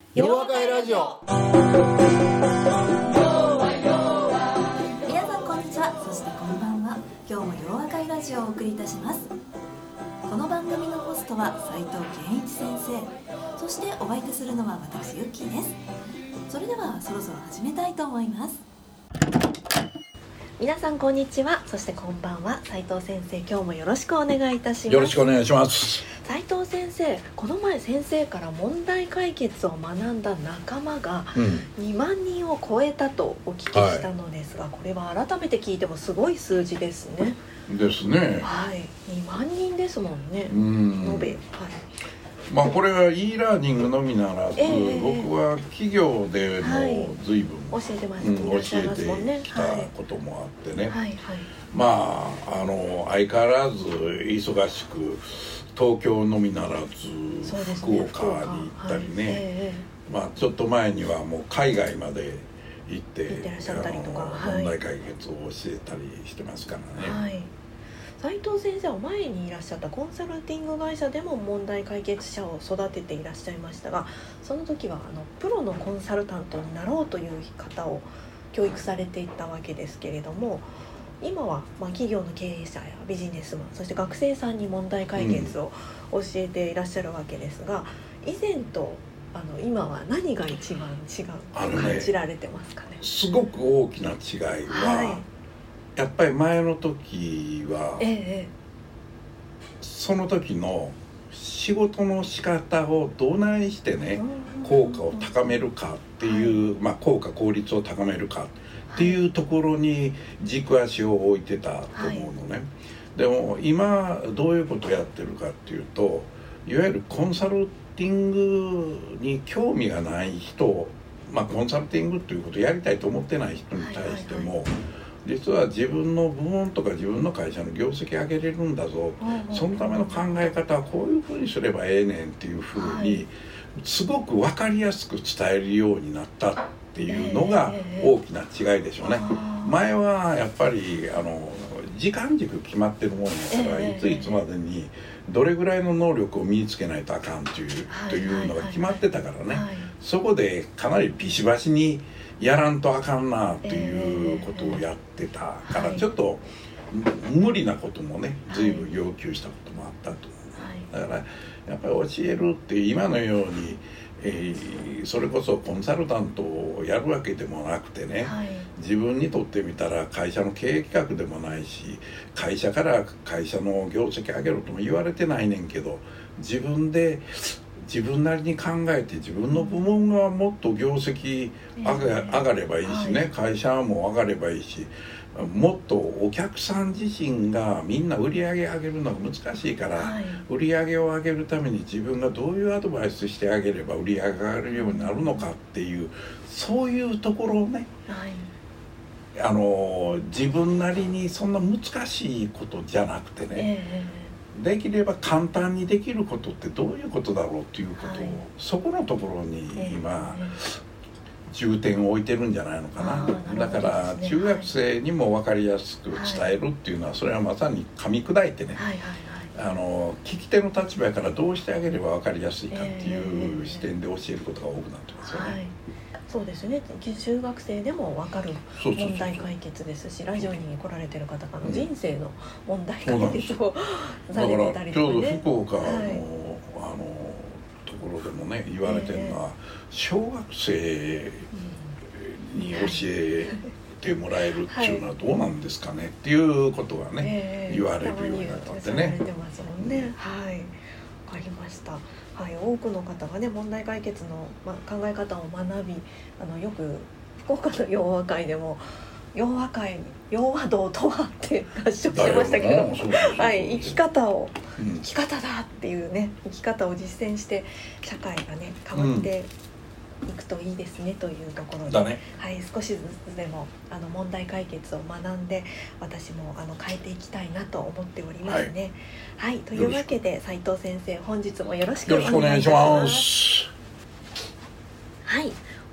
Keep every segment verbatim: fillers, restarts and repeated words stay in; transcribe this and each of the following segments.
ようわかいラジオ。 皆さんこんにちは、そしてこんばんは。今日もようわかいラジオをお送りいたします。この番組のホストは斉藤健一先生、そしてお相手するのは私ゆっきーです。それではそろそろ始めたいと思います。皆さんこんにちは、そしてこんばんは。斉藤先生、今日もよろしくお願いいたします。 よろしくお願いします。 斉藤先生、この前先生から問題解決を学んだ仲間がにまんにんを超えたとお聞きしたのですが、はい、これは改めて聞いてもすごい数字ですね。 ですね。 はい、にまんにんですもんね。 うん延べ。はい。 まあこれは e ラーニングのみならず、えー、僕は企業でも随分、 はい、教えてます、 うん、教えてきたこともあってね、 はいはい、 まああの相変わらず忙しく東京のみならず福岡に行ったりね、はいえー、まあちょっと前にはもう海外まで行って行ってらっしゃったりとか、 問題解決を教えたりしてますからね。 はい。斉藤先生は前にいらっしゃったコンサルティング会社でも問題解決者を育てていらっしゃいましたが、その時はあのプロのコンサルタントになろうという方を教育されていったわけですけれども、今はまあ企業の経営者やビジネスマン、そして学生さんに問題解決を教えていらっしゃるわけですが、うん、以前とあの今は何が一番違うと感じられてますかね。 すごく大きな違いは、はい、やっぱり前の時は、ええ、その時の仕事の仕方をどないしてね、効果を高めるかっていう、はい、まあ効果効率を高めるかっていうところに軸足を置いてたと思うのね、はい、でも今どういうことをやってるかっていうと、いわゆるコンサルティングに興味がない人、まあコンサルティングということをやりたいと思ってない人に対しても、はいはいはい、実は自分の部門とか自分の会社の業績上げれるんだぞ、うん、そのための考え方はこういうふうにすればええねんっていうふうに、はい、すごく分かりやすく伝えるようになったっていうのが大きな違いでしょうね、えー、前はやっぱりあの時間軸決まってるもんやから、えー、いついつまでにどれぐらいの能力を身につけないとあかんという、はい、というのが決まってたからね、はい、そこでかなりビシバシにやらんとあかんなということをやってたから、ちょっと無理なこともね随分要求したこともあったと思う、はい、だからやっぱり教えるって今のように、えー、それこそコンサルタントをやるわけでもなくてね、はい、自分にとってみたら会社の経営企画でもないし、会社から会社の業績上げろとも言われてないねんけど、自分で自分なりに考えて自分の部門がもっと業績上が、えー、上がればいいしね、はい、会社も上がればいいし、もっとお客さん自身がみんな売り上げ上げるのが難しいから、はい、売り上げを上げるために自分がどういうアドバイスしてあげれば売り上げが上がるようになるのかっていう、そういうところをね、はい、あの自分なりにそんな難しいことじゃなくてね、えーできれば簡単にできることってどういうことだろうっていうことを、はい、そこのところに今、えー、重点を置いてるんじゃないのかな。だから中学生にも分かりやすく伝えるっていうのは、それはまさに噛み砕いてね、はいはいはい、あの聞き手の立場からどうしてあげれば分かりやすいかっていう視点で教えることが多くなってますよね、はい、 そうですね。中学生でも分かる問題解決ですし、ラジオに来られてる方がの人生の問題解決をされてたりとかね。だからちょうど福岡の、はい、あのところでもね言われてるのは、えー、小学生に教えてもらえるっていうのはどうなんですかね、はい、っていうことがね、えー、言われるようになってね。 言われてますもんね、うん、はい、分かりました。はい、多くの方がね問題解決の、ま、考え方を学び、あのよく福岡の洋和会でも洋和会洋和道とはって合唱してましたけど、はい、生き方を、うん、生き方だっていうね生き方を実践して社会がね変わっていくといいですね、うん、というところで、ね、はい、少しずつでもあの問題解決を学んで私もあの変えていきたいなと思っておりますね。はい、はい、というわけで斉藤先生、本日もよろしくお願いします。はい、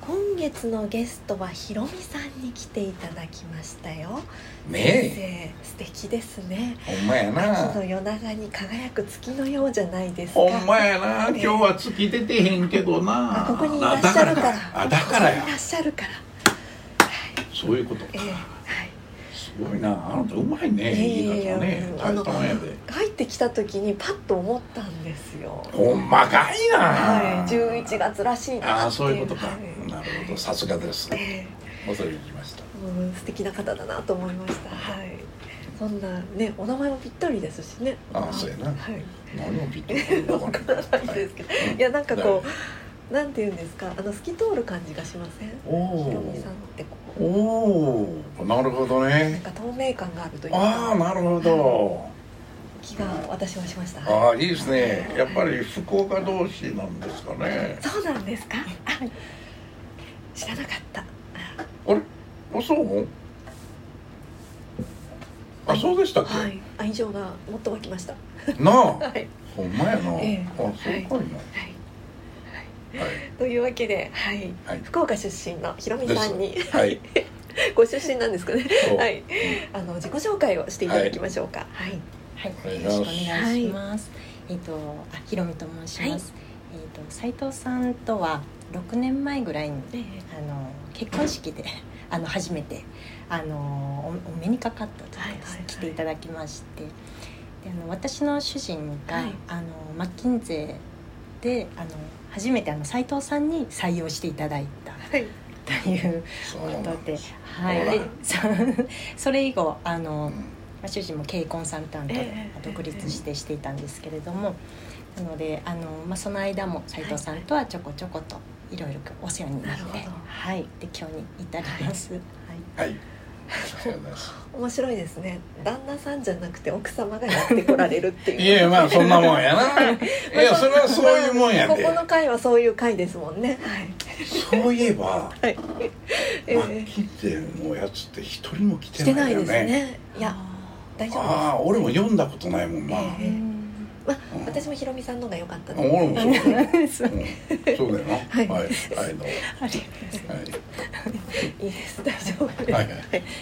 今月のゲストはひろみさんに来ていただきましたよ。 ねえ素敵ですね。 ほんまやな。 秋の夜長に輝く月のようじゃないですか。 ほんまやな。今日は月出てへんけどな。 あここにいらっしゃるから。 あだからや。 ここにいらっしゃるから。 そういうことか。 えー、はい。 すごいな。あなたうまいね。言い方ね。 あの入ってきた時にパッと思ったんですよ。 ほんまかいな。 はい。じゅういちがつらしいなって。 ああそういうことか。 はい、 なるほど。さすがです。 えー、 恐れ入りました。 うん素敵な方だなと思いました。はい。そんなねお名前もぴったりですしね。 ああそうやな。はい。何もぴったりわからないですけど、はい、いやなんかこう。なんていうんですか、あの透き通る感じがしません？ひろみさんってこう。 おお、なるほどね。 なんか透明感があるというか。 ああ、なるほど。 気が私はしました。 ああ、いいですね。やっぱり福岡同士なんですかね。 そうなんですか。あ、知らなかった。 あれ、あ、そう？あ、そうでしたっけ？ はい、愛情がもっと湧きました。 なあ、 はい、 ほんまやな。 ええ、 あ、そうかいな。はいはい、というわけで、はい、はい、福岡出身のひろみさんに、はい、ご出身なんですかね。はい、あの自己紹介をしていただきましょうか。はい、 はい、よろしくお願いします。はい、えっ、ー、と、あ、ひろみと申します。はい、えっ、ー、と、斉藤さんとはろくねんまえぐらいに、えー、あの結婚式であの初めてあの お, お目にかかったというか、はいはいはい、来ていただきまして、であの私の主人が、はい、あのマッキンゼーであの初めてあの斉藤さんに採用していただいた、はい、ということで、はい、で そ, それ以後あの、うん、主人も経営コンサルタントで独立してしていたんですけれども、えー、なのであの、まあ、その間も斉藤さんとはちょこちょこといろいろお世話になって、はい、で今日に至ります。はい、はい面白いですね。旦那さんじゃなくて奥様がやってこられるっていう。 いやまあそんなもんやな。いやそれはそういうもんやで。 ここの回はそういう回ですもんね。はい、 そういえば、はい、 えー、 マッキンゼーのやつって一人も来てないよね。 来てないですね。いや大丈夫です。 ああ俺も読んだことないもんな。えーまあ、うん、私もひろみさんの方が良かったです。 俺もそうだよ、うん、そうだよな。はい、はい、はい、どうも。はい。 いいです、大丈夫です。はい、はい。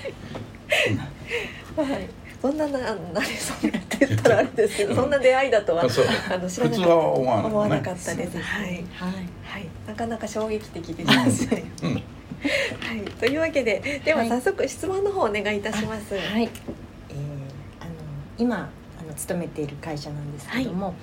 はい、そんなな、なれそうなって言ったらあれですけど、そんな出会いだとは、あの知らなかった、思わなかったです。はい、はい、はい、なかなか衝撃的でしたね。うん、はい、というわけで、では早速質問の方お願いいたします。 はい、えー、あの今。勤めている会社なんですけども、はい、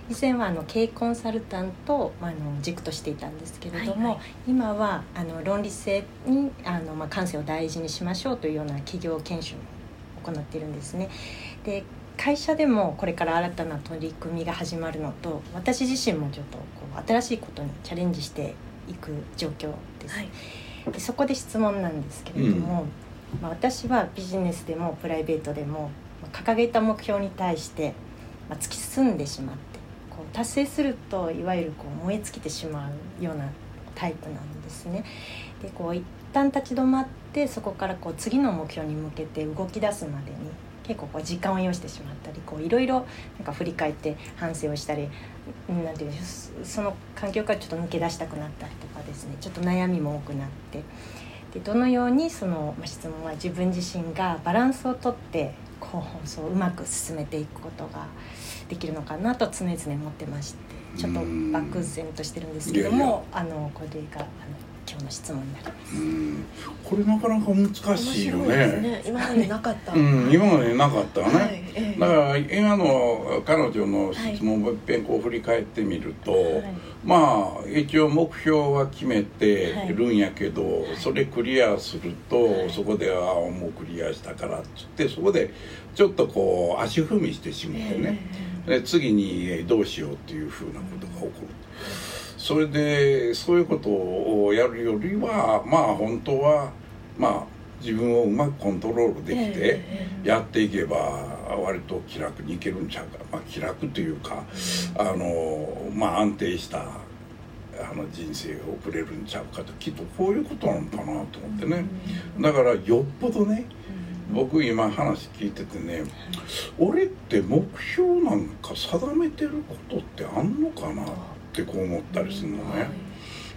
以前はあの経営コンサルタントを、まあ、あの軸としていたんですけれども、はいはい、今はあの論理性にあの、まあ、感性を大事にしましょうというような企業研修を行っているんですね。で会社でもこれから新たな取り組みが始まるのと、私自身もちょっとこう新しいことにチャレンジしていく状況です、はい、でそこで質問なんですけれども、うんまあ、私はビジネスでもプライベートでも掲げた目標に対して、まあ、突き進んでしまってこう達成するといわゆるこう燃え尽きてしまうようなタイプなんですね。でこう一旦立ち止まってそこからこう次の目標に向けて動き出すまでに結構こう時間を要してしまったりこういろいろなんか振り返って反省をしたりなんていうその環境からちょっと抜け出したくなったりとかですねちょっと悩みも多くなってでどのようにその、まあ、質問は自分自身がバランスをとってこうそううまく進めていくことができるのかなと常々思ってましてちょっと漠然としてるんですけどもいやいやあのこれがあの今日の質問になります。 うんこれなかなか難しいよね。 面白いですね。今までなかった。 うん、今までなかったね。はいえー、だから今の彼女の質問を一遍こう振り返ってみると、はい、まあ一応目標は決めてるんやけど、はい、それクリアすると、はい、そこではもうクリアしたからって言ってそこでちょっとこう足踏みしてしまってね、えー、で次にどうしようっていうふうなことが起こる。それでそういうことをやるよりはまあ本当はまあ自分をうまくコントロールできてやっていけば割と気楽にいけるんちゃうか、まあ、気楽というかあの、まあ、安定したあの人生を送れるんちゃうかときっとこういうことなのかなと思ってね。だからよっぽどね僕今話聞いててね俺って目標なんか定めてることってあんのかなってこう思ったりするのね。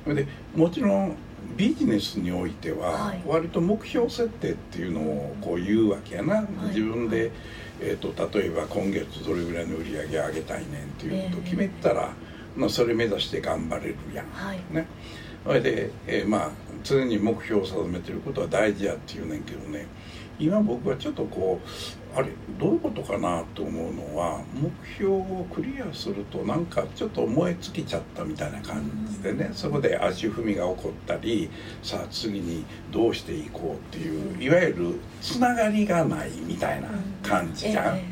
でもちろんビジネスにおいては割と目標設定っていうのをこう言うわけやな、はい、自分で、えー、と例えば今月どれぐらいの売り上げを上げたいねんっていうことを決めたら、えーまあ、それ目指して頑張れるやん、はい、ね。それで、えー、まあ常に目標を定めてることは大事やって言うねんけどね、今僕はちょっとこうあれどういうことかなと思うのは、目標をクリアするとなんかちょっと燃え尽きちゃったみたいな感じでね、そこで足踏みが起こったり、さあ次にどうしていこうっていういわゆるつながりがないみたいな感じじゃん、えー、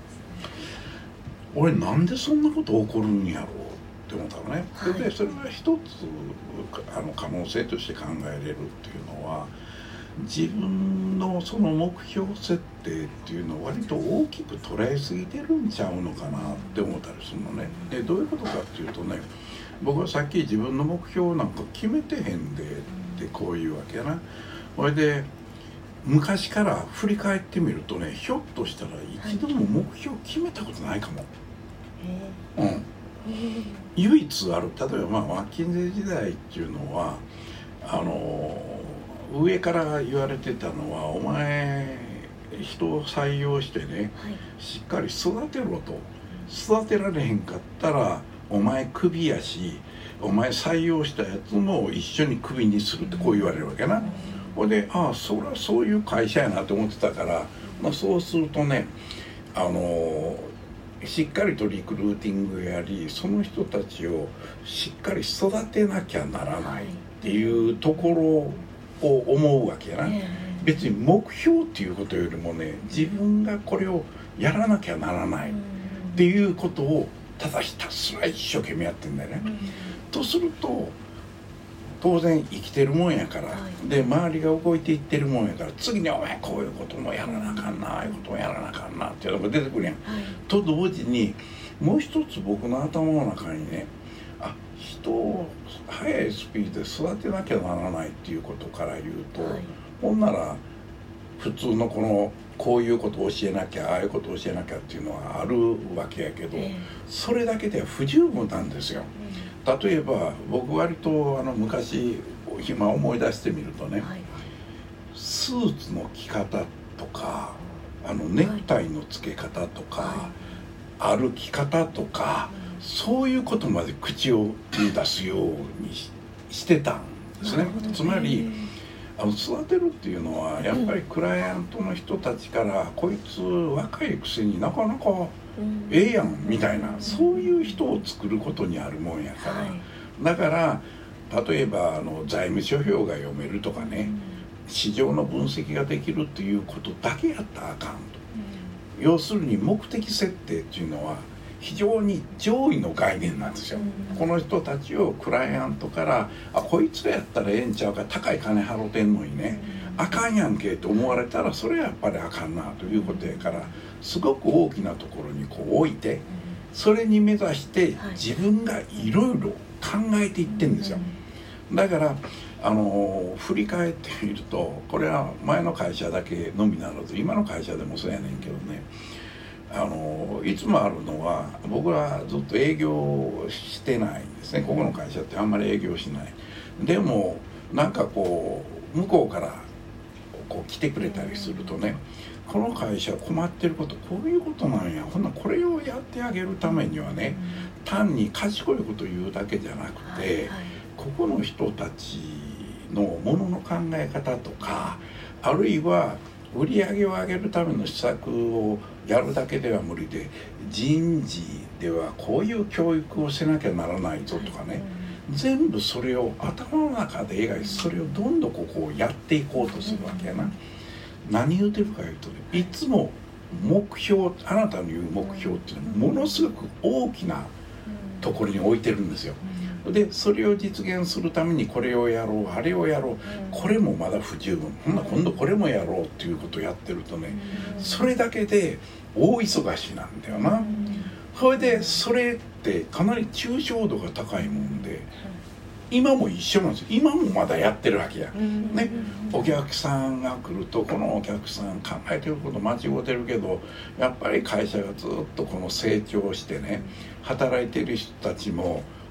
俺なんでそんなこと起こるんやろうって思ったのね、はい、でそれは一つあの可能性として考えれるっていうのは、自分のその目標設定っていうのを割と大きく捉えすぎてるんちゃうのかなって思ったりするのね。でどういうことかっていうとね、僕はさっき自分の目標なんか決めてへんでってこういうわけやな。それで昔から振り返ってみるとね、ひょっとしたら一度も目標決めたことないかも、うん、唯一ある、例えばまあマッキンゼー時代っていうのはあの上から言われてたのは、お前人を採用してね、はい、しっかり育てろと、育てられへんかったらお前クビやし、お前採用したやつも一緒にクビにするってこう言われるわけな。ほいで、ああそりゃそういう会社やなと思ってたから、まあ、そうするとね、あのしっかりとリクルーティングやり、その人たちをしっかり育てなきゃならないっていうところを思うわけやな。別に目標っていうことよりもね、自分がこれをやらなきゃならないっていうことをただひたすら一生懸命やってんだよね。とすると当然生きてるもんやから、はい、で周りが動いていってるもんやから、次にお前こういうこともやらなあかんな、ああいうこともやらなあかんなっていうのが出てくるやん、はい、と同時にもう一つ僕の頭の中にね、あ、人を速いスピードで育てなきゃならないっていうことから言うと、はい、ほんなら普通のこのこういうことを教えなきゃ、ああいうことを教えなきゃっていうのはあるわけやけど、えー、それだけでは不十分なんですよ。例えば僕割とあの昔今思い出してみるとね、はい、スーツの着方とか、あのネクタイの付け方とか、はい、歩き方とか、はい、そういうことまで口を出すように し, してたんですね。つまりあの育てるっていうのはやっぱりクライアントの人たちから、うん、こいつ若いくせになかなかええやんみたいな、そういう人を作ることにあるもんやから、はい、だから例えばあの財務諸表が読めるとかね、うん、市場の分析ができるっていうことだけやったらあかんと、うん、要するに目的設定っていうのは非常に上位の概念なんですよ、うん、この人たちをクライアントからあこいつやったらええんちゃうか、高い金払うてんのにね、うん、あかんやんけと思われたらそれはやっぱりあかんなということやから、すごく大きなところにこう置いて、それに目指して自分がいろいろ考えていってんですよ。だからあの振り返ってみると、これは前の会社だけのみならず今の会社でもそうやねんけどね、あのいつもあるのは、僕はずっと営業してないんですね。ここの会社ってあんまり営業しない。でもなんかこう向こうからこう来てくれたりするとね、この会社困ってることこういうことなんや、ほんなこれをやってあげるためにはね、単に賢いこと言うだけじゃなくて、はいはい、ここの人たちのものの考え方とか、あるいは売り上げを上げるための施策をやるだけでは無理で、人事ではこういう教育をしなきゃならないぞとかね、全部それを頭の中で描いて、それをどんどんここをやっていこうとするわけやな。何言うてるか言うとね、いつも目標、あなたの言う目標っていうのはものすごく大きなところに置いてるんですよ。でそれを実現するためにこれをやろう、あれをやろう、これもまだ不十分、ほんな今度これもやろうっていうことをやってるとね、それだけで大忙しなんだよな。それでそれってかなり抽象度が高いもんで、今も一緒なんですよ。今もまだやってるわけや、ね、お客さんが来ると、このお客さん考えてること間違ってるけど、やっぱり会社がずっとこの成長してね、働いてる人たちも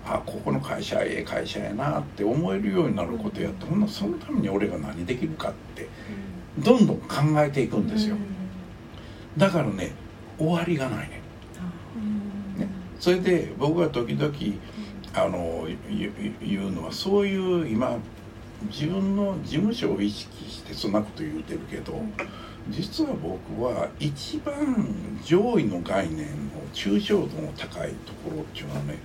あここの会社ええ会社やなって思えるようになることやって、ほんなそのために俺が何できるかってどんどん考えていくんですよ。だからね終わりがないね。ね、それで僕は時々あの言うのは、そういう今自分の事務所を意識してそんなこと言うてるけど、実は僕は一番上位の概念の抽象度の高いところっていうのはね、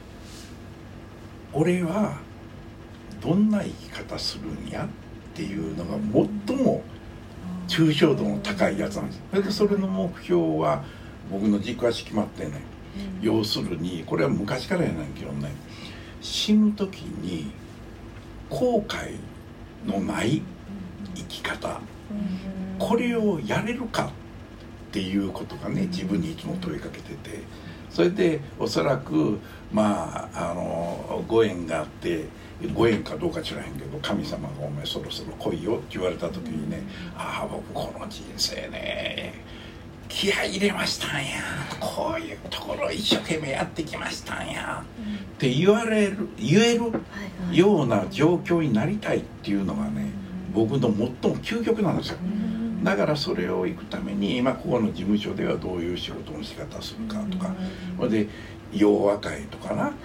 俺はどんな生き方するんやっていうのが最も抽象度の高いやつなんです。それでそれの目標は僕の軸足決まってね、要するにこれは昔からやないけどね、死ぬ時に後悔のない生き方、これをやれるかっていうことがね自分にいつも問いかけてて、それでおそらくまああのご縁があって、ご縁かどうか知らへんけど神様がお前そろそろ来いよって言われた時にね、ああ僕この人生ね気合い入れましたんや、こういうところ一生懸命やってきましたんやって言われる言えるような状況になりたいっていうのがね僕の最も究極なんですよ。だからそれを行くために今ここの事務所ではどういう仕事の仕方するかとか、で洋和会とかな、はい、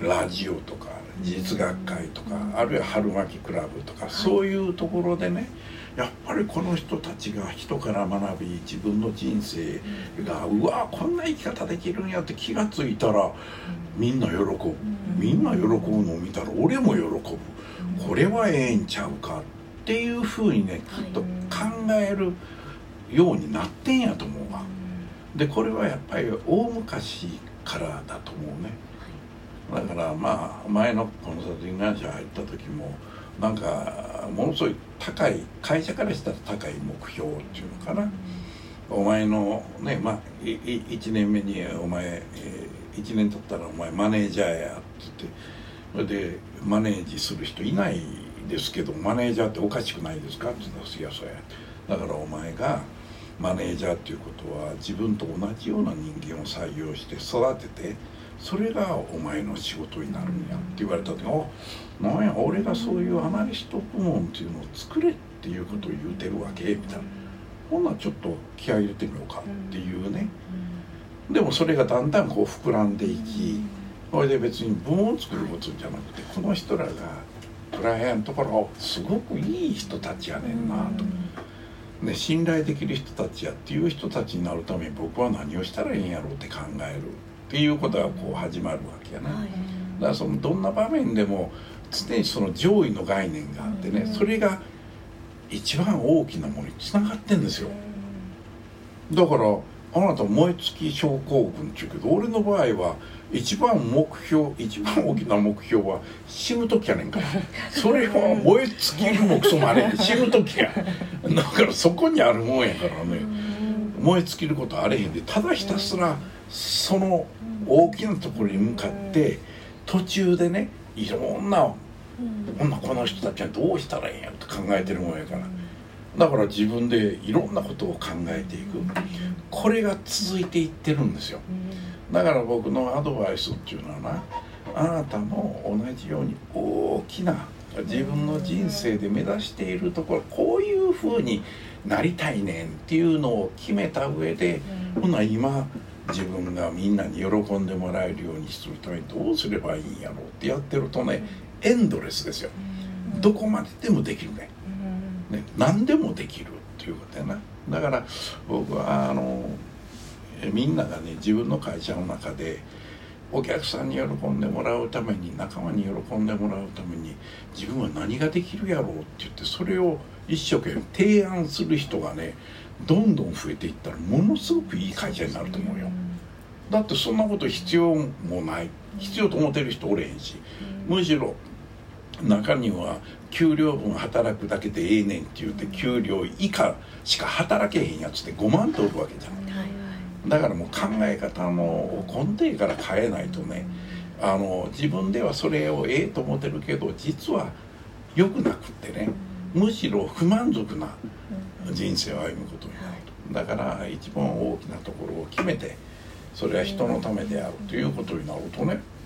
ラジオとか実学会とか、あるいは春巻きクラブとか、はい、そういうところでねやっぱりこの人たちが人から学び自分の人生がうわこんな生き方できるんやって気がついたらみんな喜ぶ、みんな喜ぶのを見たら俺も喜ぶ、これはええんちゃうかっていうふうにねきっと考えるようになってんやと思うわ。でこれはやっぱり大昔からだと思うね。だからまあ前のコンサルティング会社入った時もなんかものすごい高い、会社からしたら高い目標っていうのかな、お前のねまあいちねんめにお前、えー、いちねん経ったらお前マネージャーやって言って、それでマネージする人いないですけどマネージャーっておかしくないですかって言ったら、いやそうや、だからお前がマネージャーっていうことは自分と同じような人間を採用して育てて、それがお前の仕事になるんやって言われた時に、あ、なんや俺がそういうアナリスト部門っていうのを作れっていうことを言うてるわけみたいな、ほんならちょっと気合い入れてみようかっていうね。でもそれがだんだんこう膨らんでいき、それで別に部門を作ることじゃなくて、この人らがクライアントからすごくいい人たちやねんなと、ね、信頼できる人たちやっていう人たちになるために僕は何をしたらいいんやろうって考えるっていうことがこう始まるわけやな。だからそのどんな場面でも常にその上位の概念があってね、それが一番大きなものにつながってんですよ。だからあなた燃え尽き症候群っていうけど、俺の場合は一番目標一番大きな目標は死ぬ時やねんから、それは燃え尽きるもクソもあれ死ぬ時やだからそこにあるもんやからね、燃え尽きることあれへんで、ただひたすらその大きなところに向かって途中でねいろんなこんなこの人たちはどうしたらいいんやと考えてるもんやから、だから自分でいろんなことを考えていく、これが続いていってるんですよ。だから僕のアドバイスっていうのはな、あなたも同じように大きな自分の人生で目指しているところ、こういう風になりたいねんっていうのを決めた上で、ほな今自分がみんなに喜んでもらえるようにするためにどうすればいいんやろうってやってるとね、エンドレスですよ。どこまででもできるね。ね、何でもできるっていうことやな。だから僕はあのみんながね自分の会社の中でお客さんに喜んでもらうために、仲間に喜んでもらうために自分は何ができるやろうって言って、それを一生懸命提案する人がねどんどん増えていったらものすごくいい会社になると思うよ。だってそんなこと必要もない、必要と思ってる人おれへんし、むしろ中には給料分働くだけでええねんって言って給料以下しか働けへんやつってごまんとおるわけじゃん。だからもう考え方の根底から変えないとね、あの自分ではそれをええと思ってるけど実は良くなくってね、むしろ不満足な人生を歩むことになると。だから一番大きなところを決めて、それは人のためであるということになるとね、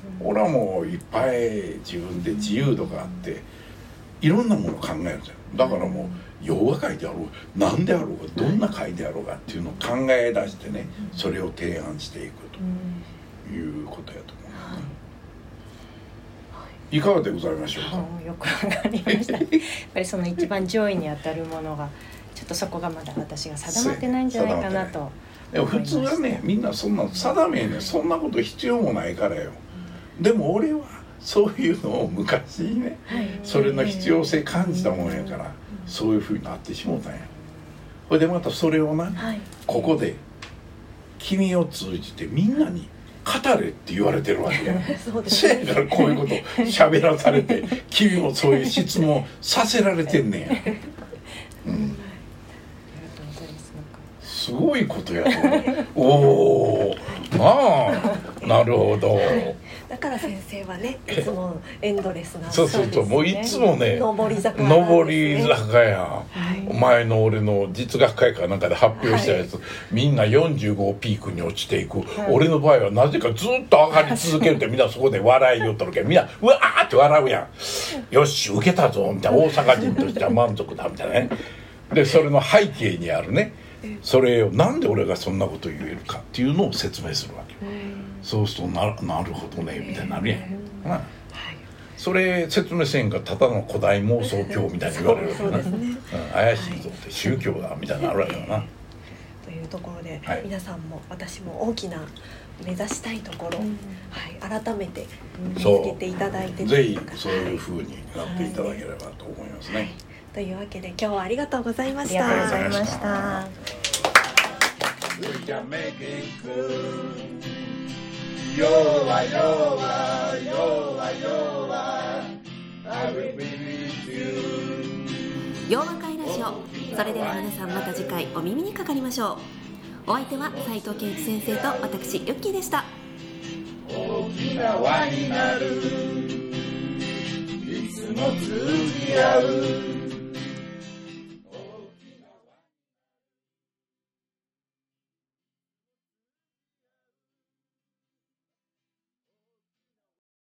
俺はもういっぱい自分で自由度があっていろんなものを考えるじゃん。だからもう洋和会であろう何であろうがどんな会であろうがっていうのを考え出してね、それを提案していくということやと思う、ね、いかがでございましょうか。 よくわかりましたやっぱりその一番上位にあたるものがちょっとそこがまだ私が定まってないんじゃないかなと。 でも普通はねみんなそんな定めねそんなこと必要もないからよ。でも俺はそういうのを昔にね、はい、それの必要性感じたもんやから、うん、そういうふうになってしもうたんや。それでまたそれをな、はい、ここで君を通じてみんなに語れって言われてるわけやせやからこういうこと喋らされて君もそういう質問させられてんねんや、うん、すごいことやとおおああなるほど。 だから先生はねいつもエンドレスなそうそうそう、もういつもね上り坂なんですね。上り坂や、はい、前の俺の実学会かなんかで発表したやつ、はい、みんなよんじゅうごをピークに落ちていく、はい、俺の場合はなぜかずっと上がり続けるってみんなそこで笑いよっとるけどみんなうわーって笑うやん。よし受けたぞみたいな大阪人としては満足だみたいなね。でそれの背景にあるねそれをなんで俺がそんなこと言えるかっていうのを説明するわけ。そうすると な, なるほどねみたいになるやん、うんはい、それ説明せんがただの古代妄想教みたいに言われるわけな、ねうん、怪しいぞって宗教だみたいになるわけよな、はい、 というところで、はい、皆さんも私も大きな目指したいところ、うんはい、改めて見つけていただいてぜひそういう風になっていただければと思いますね、はいはい、 というわけで今日はありがとうございました。 ありがとうございました。 弱弱弱弱 I will be with you 洋和会ラジオ。それでは皆さんまた次回お耳にかかりましょう。お相手は斉藤健一先生と私ユッキーでした。 大きな輪になるいつも通じ合う